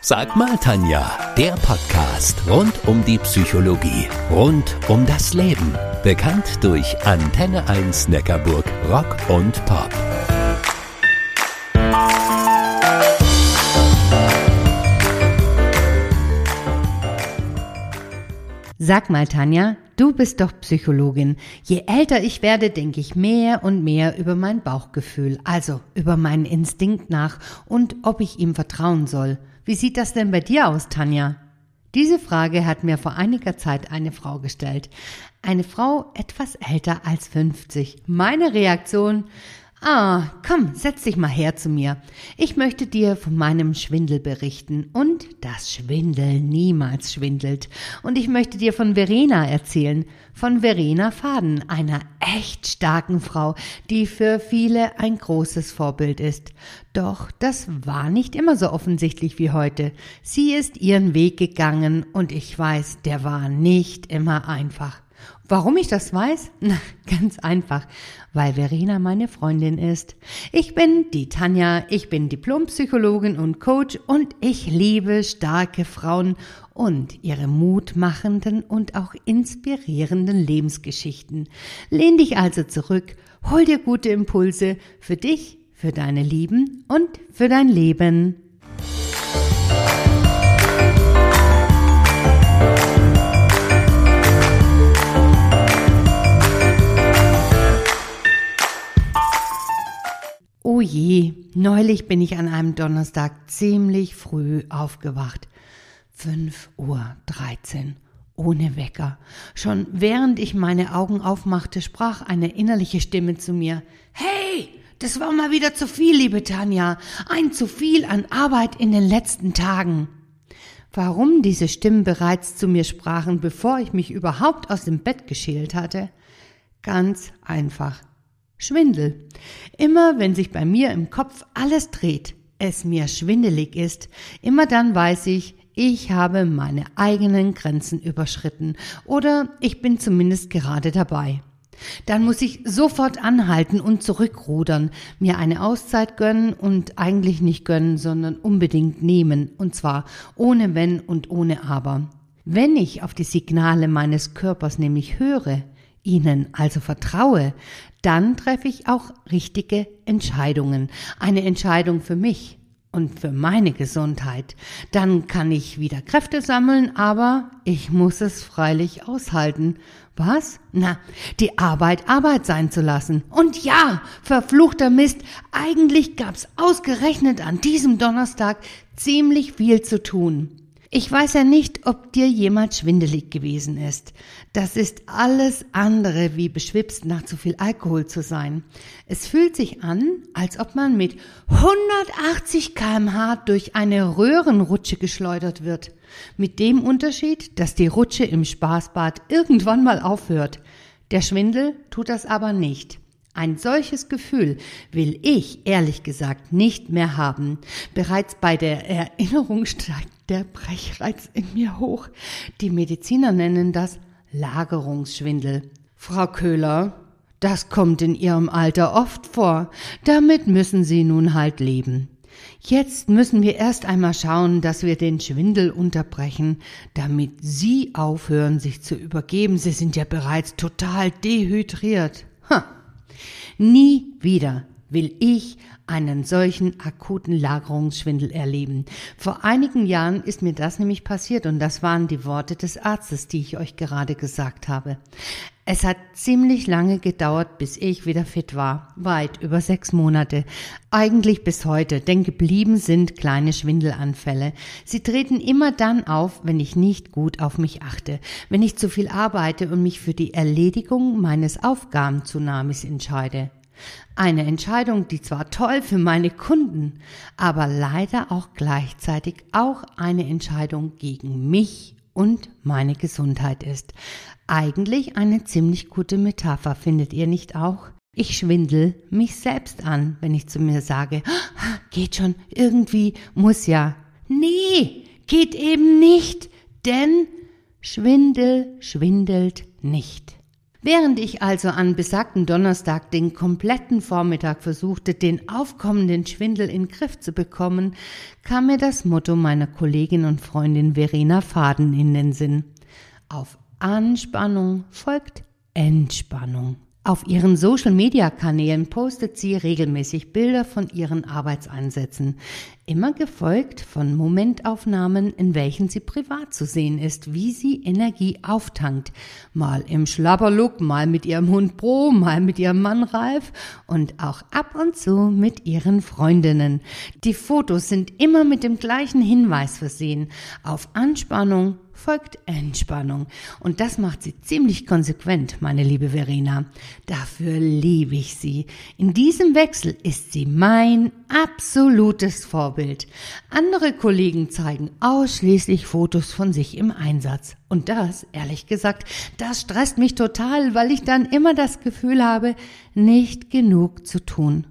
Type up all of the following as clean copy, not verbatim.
Sag mal, Tanja, der Podcast rund um die Psychologie, rund um das Leben. Bekannt durch Antenne 1 Neckarburg Rock und Pop. Sag mal, Tanja, du bist doch Psychologin. Je älter ich werde, denke ich mehr und mehr über mein Bauchgefühl, also über meinen Instinkt nach und ob ich ihm vertrauen soll. Wie sieht das denn bei dir aus, Tanja? Diese Frage hat mir vor einiger Zeit eine Frau gestellt. Eine Frau etwas älter als 50. Meine Reaktion: komm, setz dich mal her zu mir. Ich möchte dir von meinem Schwindel berichten und dass Schwindel niemals schwindelt. Und ich möchte dir von Verena erzählen, von Verena Faden, einer echt starken Frau, die für viele ein großes Vorbild ist. Doch das war nicht immer so offensichtlich wie heute. Sie ist ihren Weg gegangen und ich weiß, der war nicht immer einfach. Warum ich das weiß? Na, ganz einfach, weil Verena meine Freundin ist. Ich bin die Tanja, ich bin Diplompsychologin und Coach und ich liebe starke Frauen und ihre mutmachenden und auch inspirierenden Lebensgeschichten. Lehn dich also zurück, hol dir gute Impulse für dich, für deine Lieben und für dein Leben. Oh je, neulich bin ich an einem Donnerstag ziemlich früh aufgewacht. 5:13 Uhr, ohne Wecker. Schon während ich meine Augen aufmachte, sprach eine innerliche Stimme zu mir: Hey, das war mal wieder zu viel, liebe Tanja. Ein zu viel an Arbeit in den letzten Tagen. Warum diese Stimmen bereits zu mir sprachen, bevor ich mich überhaupt aus dem Bett geschält hatte? Ganz einfach. Schwindel. Immer wenn sich bei mir im Kopf alles dreht, es mir schwindelig ist, immer dann weiß ich, ich habe meine eigenen Grenzen überschritten oder ich bin zumindest gerade dabei. Dann muss ich sofort anhalten und zurückrudern, mir eine Auszeit gönnen und eigentlich nicht gönnen, sondern unbedingt nehmen, und zwar ohne Wenn und ohne Aber. Wenn ich auf die Signale meines Körpers nämlich höre, ihnen also vertraue, dann treffe ich auch richtige Entscheidungen. Eine Entscheidung für mich und für meine Gesundheit. Dann kann ich wieder Kräfte sammeln, aber ich muss es freilich aushalten. Was? Na, die Arbeit sein zu lassen. Und ja, verfluchter Mist, eigentlich gab's ausgerechnet an diesem Donnerstag ziemlich viel zu tun. Ich weiß ja nicht, ob dir jemals schwindelig gewesen ist. Das ist alles andere wie beschwipst nach zu viel Alkohol zu sein. Es fühlt sich an, als ob man mit 180 km/h durch eine Röhrenrutsche geschleudert wird. Mit dem Unterschied, dass die Rutsche im Spaßbad irgendwann mal aufhört. Der Schwindel tut das aber nicht. Ein solches Gefühl will ich, ehrlich gesagt, nicht mehr haben. Bereits bei der Erinnerung steigt der Brechreiz in mir hoch. Die Mediziner nennen das Lagerungsschwindel. Frau Köhler, das kommt in Ihrem Alter oft vor. Damit müssen Sie nun halt leben. Jetzt müssen wir erst einmal schauen, dass wir den Schwindel unterbrechen, damit Sie aufhören, sich zu übergeben. Sie sind ja bereits total dehydriert. Nie wieder will ich einen solchen akuten Lagerungsschwindel erleben. Vor einigen Jahren ist mir das nämlich passiert und das waren die Worte des Arztes, die ich euch gerade gesagt habe. Es hat ziemlich lange gedauert, bis ich wieder fit war. Weit über 6 Monate. Eigentlich bis heute, denn geblieben sind kleine Schwindelanfälle. Sie treten immer dann auf, wenn ich nicht gut auf mich achte, wenn ich zu viel arbeite und mich für die Erledigung meines Aufgabentsunamis entscheide. Eine Entscheidung, die zwar toll für meine Kunden, aber leider auch gleichzeitig auch eine Entscheidung gegen mich und meine Gesundheit ist. Eigentlich eine ziemlich gute Metapher, findet ihr nicht auch? Ich schwindel mich selbst an, wenn ich zu mir sage, geht schon, irgendwie, muss ja. Nee, geht eben nicht, denn Schwindel schwindelt nicht. Während ich also an besagten Donnerstag den kompletten Vormittag versuchte, den aufkommenden Schwindel in den Griff zu bekommen, kam mir das Motto meiner Kollegin und Freundin Verena Faden in den Sinn. Auf Anspannung folgt Entspannung. Auf ihren Social-Media-Kanälen postet sie regelmäßig Bilder von ihren Arbeitseinsätzen, immer gefolgt von Momentaufnahmen, in welchen sie privat zu sehen ist, wie sie Energie auftankt. Mal im Schlabberlook, mal mit ihrem Hund Bro, mal mit ihrem Mann Ralf und auch ab und zu mit ihren Freundinnen. Die Fotos sind immer mit dem gleichen Hinweis versehen. Auf Anspannung folgt Entspannung. Und das macht sie ziemlich konsequent, meine liebe Verena. Dafür liebe ich sie. In diesem Wechsel ist sie mein absolutes Vorbild. Andere Kollegen zeigen ausschließlich Fotos von sich im Einsatz. Und das, ehrlich gesagt, das stresst mich total, weil ich dann immer das Gefühl habe, nicht genug zu tun,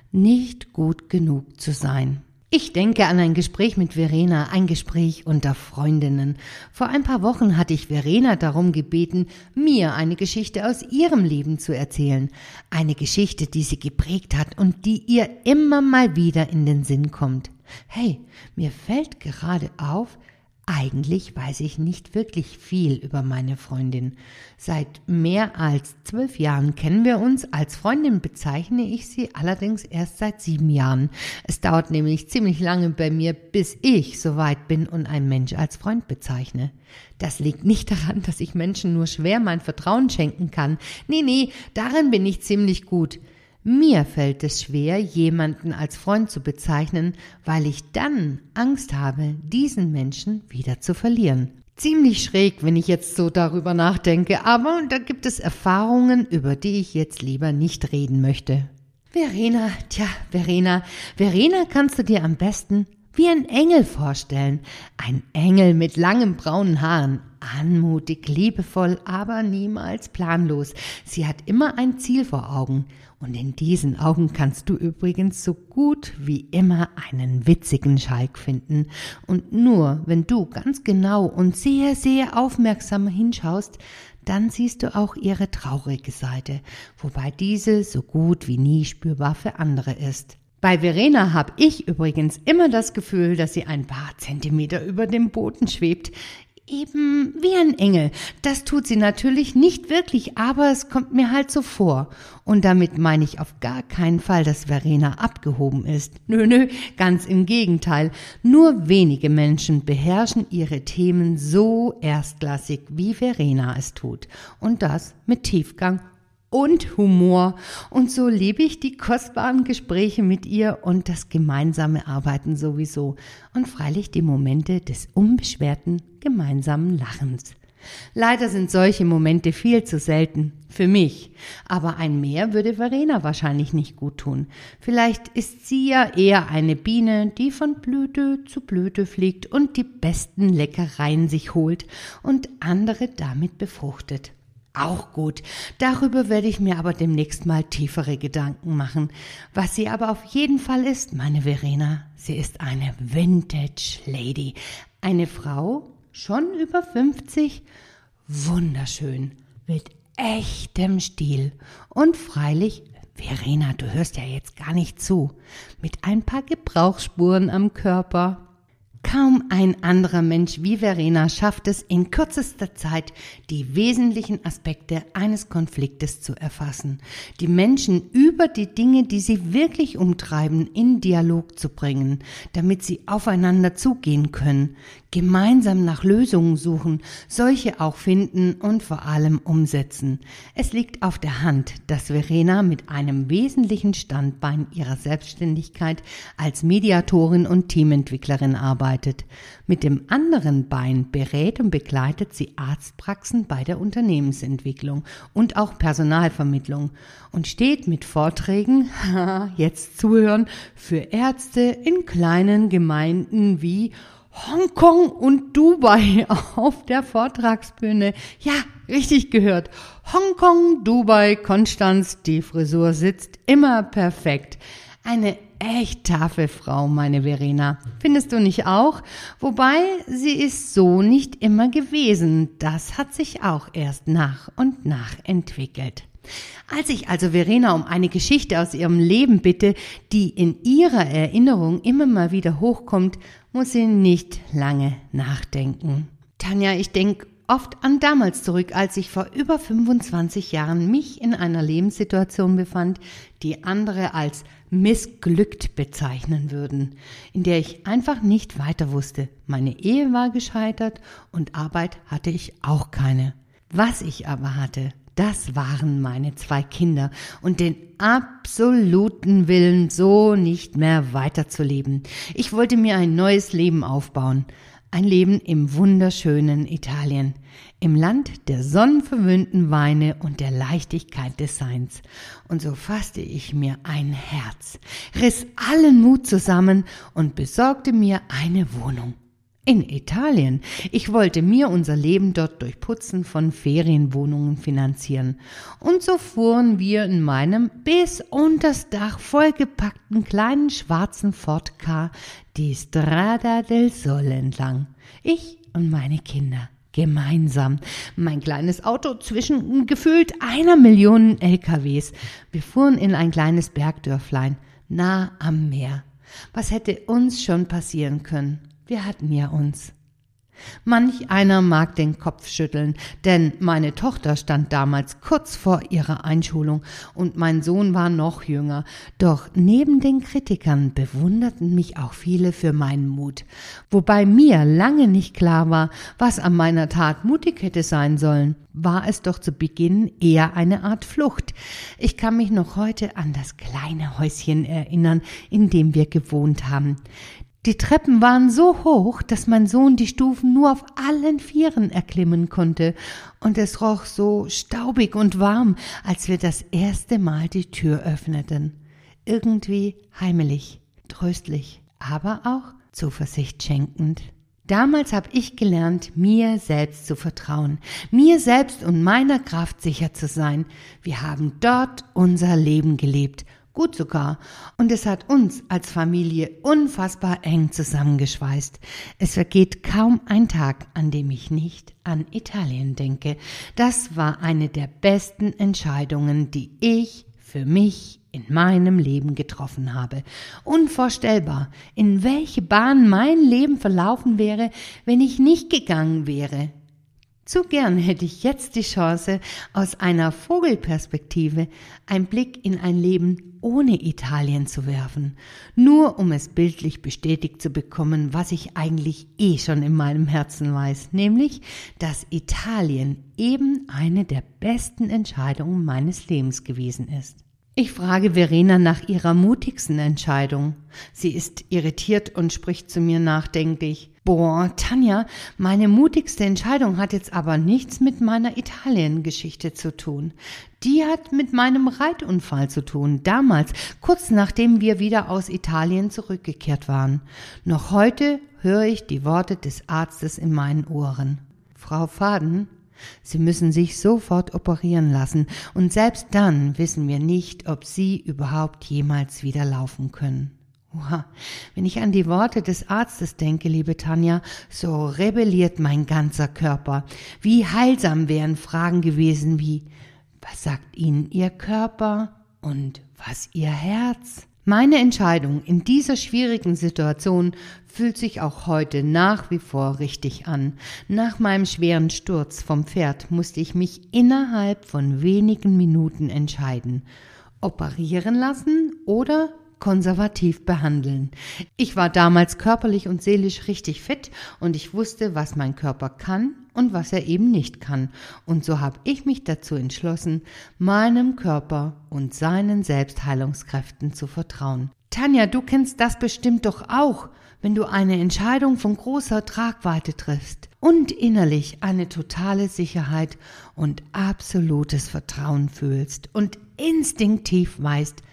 nicht gut genug zu sein. Ich denke an ein Gespräch mit Verena, ein Gespräch unter Freundinnen. Vor ein paar Wochen hatte ich Verena darum gebeten, mir eine Geschichte aus ihrem Leben zu erzählen. Eine Geschichte, die sie geprägt hat und die ihr immer mal wieder in den Sinn kommt. Hey, mir fällt gerade auf, eigentlich weiß ich nicht wirklich viel über meine Freundin. Seit mehr als 12 Jahren kennen wir uns. Als Freundin bezeichne ich sie allerdings erst seit 7 Jahren. Es dauert nämlich ziemlich lange bei mir, bis ich so weit bin und einen Mensch als Freund bezeichne. Das liegt nicht daran, dass ich Menschen nur schwer mein Vertrauen schenken kann. Nee, darin bin ich ziemlich gut. Mir fällt es schwer, jemanden als Freund zu bezeichnen, weil ich dann Angst habe, diesen Menschen wieder zu verlieren. Ziemlich schräg, wenn ich jetzt so darüber nachdenke, aber da gibt es Erfahrungen, über die ich jetzt lieber nicht reden möchte. Verena kannst du dir am besten wie ein Engel vorstellen. Ein Engel mit langen braunen Haaren. Anmutig, liebevoll, aber niemals planlos. Sie hat immer ein Ziel vor Augen. Und in diesen Augen kannst du übrigens so gut wie immer einen witzigen Schalk finden. Und nur wenn du ganz genau und sehr, sehr aufmerksam hinschaust, dann siehst du auch ihre traurige Seite, wobei diese so gut wie nie spürbar für andere ist. Bei Verena habe ich übrigens immer das Gefühl, dass sie ein paar Zentimeter über dem Boden schwebt. Eben wie ein Engel. Das tut sie natürlich nicht wirklich, aber es kommt mir halt so vor. Und damit meine ich auf gar keinen Fall, dass Verena abgehoben ist. Nö, ganz im Gegenteil. Nur wenige Menschen beherrschen ihre Themen so erstklassig, wie Verena es tut. Und das mit Tiefgang und Humor. Und so liebe ich die kostbaren Gespräche mit ihr und das gemeinsame Arbeiten sowieso. Und freilich die Momente des unbeschwerten gemeinsamen Lachens. Leider sind solche Momente viel zu selten. Für mich. Aber ein Mehr würde Verena wahrscheinlich nicht gut tun. Vielleicht ist sie ja eher eine Biene, die von Blüte zu Blüte fliegt und die besten Leckereien sich holt und andere damit befruchtet. Auch gut. Darüber werde ich mir aber demnächst mal tiefere Gedanken machen. Was sie aber auf jeden Fall ist, meine Verena, sie ist eine Vintage Lady. Eine Frau, schon über 50, wunderschön, mit echtem Stil. Und freilich, Verena, du hörst ja jetzt gar nicht zu, mit ein paar Gebrauchsspuren am Körper. Kaum ein anderer Mensch wie Verena schafft es, in kürzester Zeit die wesentlichen Aspekte eines Konfliktes zu erfassen, die Menschen über die Dinge, die sie wirklich umtreiben, in Dialog zu bringen, damit sie aufeinander zugehen können, gemeinsam nach Lösungen suchen, solche auch finden und vor allem umsetzen. Es liegt auf der Hand, dass Verena mit einem wesentlichen Standbein ihrer Selbstständigkeit als Mediatorin und Teamentwicklerin arbeitet. Mit dem anderen Bein berät und begleitet sie Arztpraxen bei der Unternehmensentwicklung und auch Personalvermittlung und steht mit Vorträgen, jetzt zuhören, für Ärzte in kleinen Gemeinden wie Hongkong und Dubai auf der Vortragsbühne. Ja, richtig gehört. Hongkong, Dubai, Konstanz, die Frisur sitzt immer perfekt. Eine echt taffe Frau, meine Verena. Findest du nicht auch? Wobei, sie ist so nicht immer gewesen. Das hat sich auch erst nach und nach entwickelt. Als ich also Verena um eine Geschichte aus ihrem Leben bitte, die in ihrer Erinnerung immer mal wieder hochkommt, muss sie nicht lange nachdenken. Tanja, ich denke oft an damals zurück, als ich vor über 25 Jahren mich in einer Lebenssituation befand, die andere als missglückt bezeichnen würden, in der ich einfach nicht weiter wusste. Meine Ehe war gescheitert und Arbeit hatte ich auch keine. Was ich aber hatte, das waren meine 2 Kinder und den absoluten Willen, so nicht mehr weiterzuleben. Ich wollte mir ein neues Leben aufbauen. Ein Leben im wunderschönen Italien, im Land der sonnenverwöhnten Weine und der Leichtigkeit des Seins. Und so fasste ich mir ein Herz, riss allen Mut zusammen und besorgte mir eine Wohnung. In Italien. Ich wollte mir unser Leben dort durch Putzen von Ferienwohnungen finanzieren. Und so fuhren wir in meinem bis unters Dach vollgepackten kleinen schwarzen Ford Ka die Strada del Sol entlang. Ich und meine Kinder. Gemeinsam. Mein kleines Auto zwischen gefühlt 1 Million LKWs. Wir fuhren in ein kleines Bergdörflein, nah am Meer. Was hätte uns schon passieren können? Wir hatten ja uns. Manch einer mag den Kopf schütteln, denn meine Tochter stand damals kurz vor ihrer Einschulung und mein Sohn war noch jünger. Doch neben den Kritikern bewunderten mich auch viele für meinen Mut. Wobei mir lange nicht klar war, was an meiner Tat mutig hätte sein sollen, war es doch zu Beginn eher eine Art Flucht. Ich kann mich noch heute an das kleine Häuschen erinnern, in dem wir gewohnt haben. Die Treppen waren so hoch, dass mein Sohn die Stufen nur auf allen 4 erklimmen konnte, und es roch so staubig und warm, als wir das erste Mal die Tür öffneten. Irgendwie heimelig, tröstlich, aber auch Zuversicht schenkend. Damals habe ich gelernt, mir selbst zu vertrauen, mir selbst und meiner Kraft sicher zu sein. Wir haben dort unser Leben gelebt, gut sogar. Und es hat uns als Familie unfassbar eng zusammengeschweißt. Es vergeht kaum ein Tag, an dem ich nicht an Italien denke. Das war eine der besten Entscheidungen, die ich für mich in meinem Leben getroffen habe. Unvorstellbar, in welche Bahn mein Leben verlaufen wäre, wenn ich nicht gegangen wäre. Zu gern hätte ich jetzt die Chance, aus einer Vogelperspektive einen Blick in ein Leben ohne Italien zu werfen, nur um es bildlich bestätigt zu bekommen, was ich eigentlich schon in meinem Herzen weiß, nämlich, dass Italien eben eine der besten Entscheidungen meines Lebens gewesen ist. Ich frage Verena nach ihrer mutigsten Entscheidung. Sie ist irritiert und spricht zu mir nachdenklich. Boah, Tanja, meine mutigste Entscheidung hat jetzt aber nichts mit meiner Italien-Geschichte zu tun. Die hat mit meinem Reitunfall zu tun, damals, kurz nachdem wir wieder aus Italien zurückgekehrt waren. Noch heute höre ich die Worte des Arztes in meinen Ohren. Frau Faden, Sie müssen sich sofort operieren lassen und selbst dann wissen wir nicht, ob Sie überhaupt jemals wieder laufen können. Oha, wenn ich an die Worte des Arztes denke, liebe Tanja, so rebelliert mein ganzer Körper. Wie heilsam wären Fragen gewesen wie, was sagt Ihnen Ihr Körper und was Ihr Herz? Meine Entscheidung in dieser schwierigen Situation fühlt sich auch heute nach wie vor richtig an. Nach meinem schweren Sturz vom Pferd musste ich mich innerhalb von wenigen Minuten entscheiden. Operieren lassen oder konservativ behandeln. Ich war damals körperlich und seelisch richtig fit und ich wusste, was mein Körper kann und was er eben nicht kann. Und so habe ich mich dazu entschlossen, meinem Körper und seinen Selbstheilungskräften zu vertrauen. Tanja, du kennst das bestimmt doch auch, wenn du eine Entscheidung von großer Tragweite triffst und innerlich eine totale Sicherheit und absolutes Vertrauen fühlst und instinktiv weißt,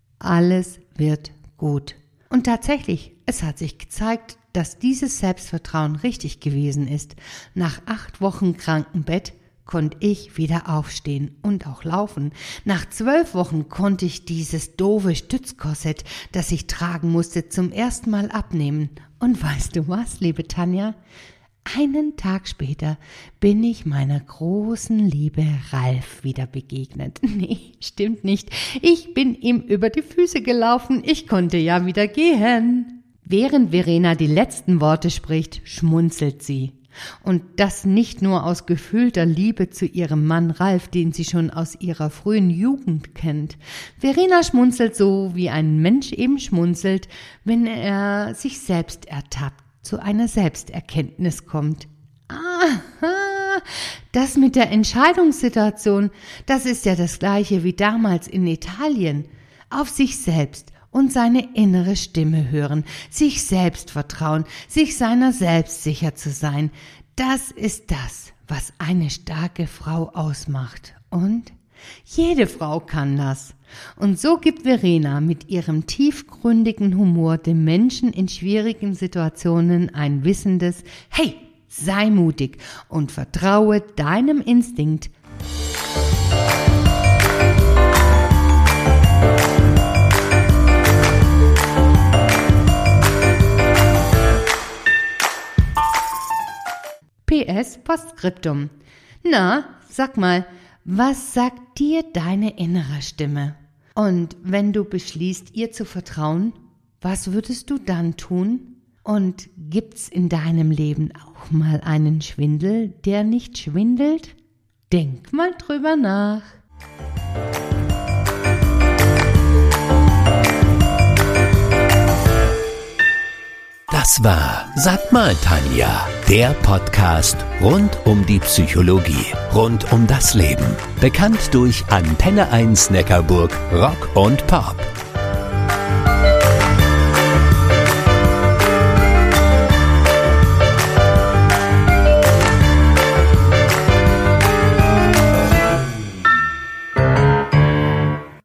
alles wird gut. Und tatsächlich, es hat sich gezeigt, dass dieses Selbstvertrauen richtig gewesen ist. Nach 8 Wochen Krankenbett konnte ich wieder aufstehen und auch laufen. Nach 12 Wochen konnte ich dieses doofe Stützkorsett, das ich tragen musste, zum ersten Mal abnehmen. Und weißt du was, liebe Tanja? Einen Tag später bin ich meiner großen Liebe Ralf wieder begegnet. Nee, stimmt nicht. Ich bin ihm über die Füße gelaufen. Ich konnte ja wieder gehen. Während Verena die letzten Worte spricht, schmunzelt sie. Und das nicht nur aus gefühlter Liebe zu ihrem Mann Ralf, den sie schon aus ihrer frühen Jugend kennt. Verena schmunzelt so, wie ein Mensch eben schmunzelt, wenn er sich selbst ertappt, zu einer Selbsterkenntnis kommt. Aha, das mit der Entscheidungssituation, das ist ja das Gleiche wie damals in Italien. Auf sich selbst und seine innere Stimme hören, sich selbst vertrauen, sich seiner selbst sicher zu sein. Das ist das, was eine starke Frau ausmacht. Und jede Frau kann das. Und so gibt Verena mit ihrem tiefgründigen Humor dem Menschen in schwierigen Situationen ein wissendes Hey, sei mutig und vertraue deinem Instinkt. PS Postskriptum. Na, sag mal, was sagt dir deine innere Stimme? Und wenn du beschließt, ihr zu vertrauen, was würdest du dann tun? Und gibt's in deinem Leben auch mal einen Schwindel, der nicht schwindelt? Denk mal drüber nach. Das war Sag mal, Tanja, der Podcast rund um die Psychologie, rund um das Leben. Bekannt durch Antenne 1 Neckarburg, Rock und Pop.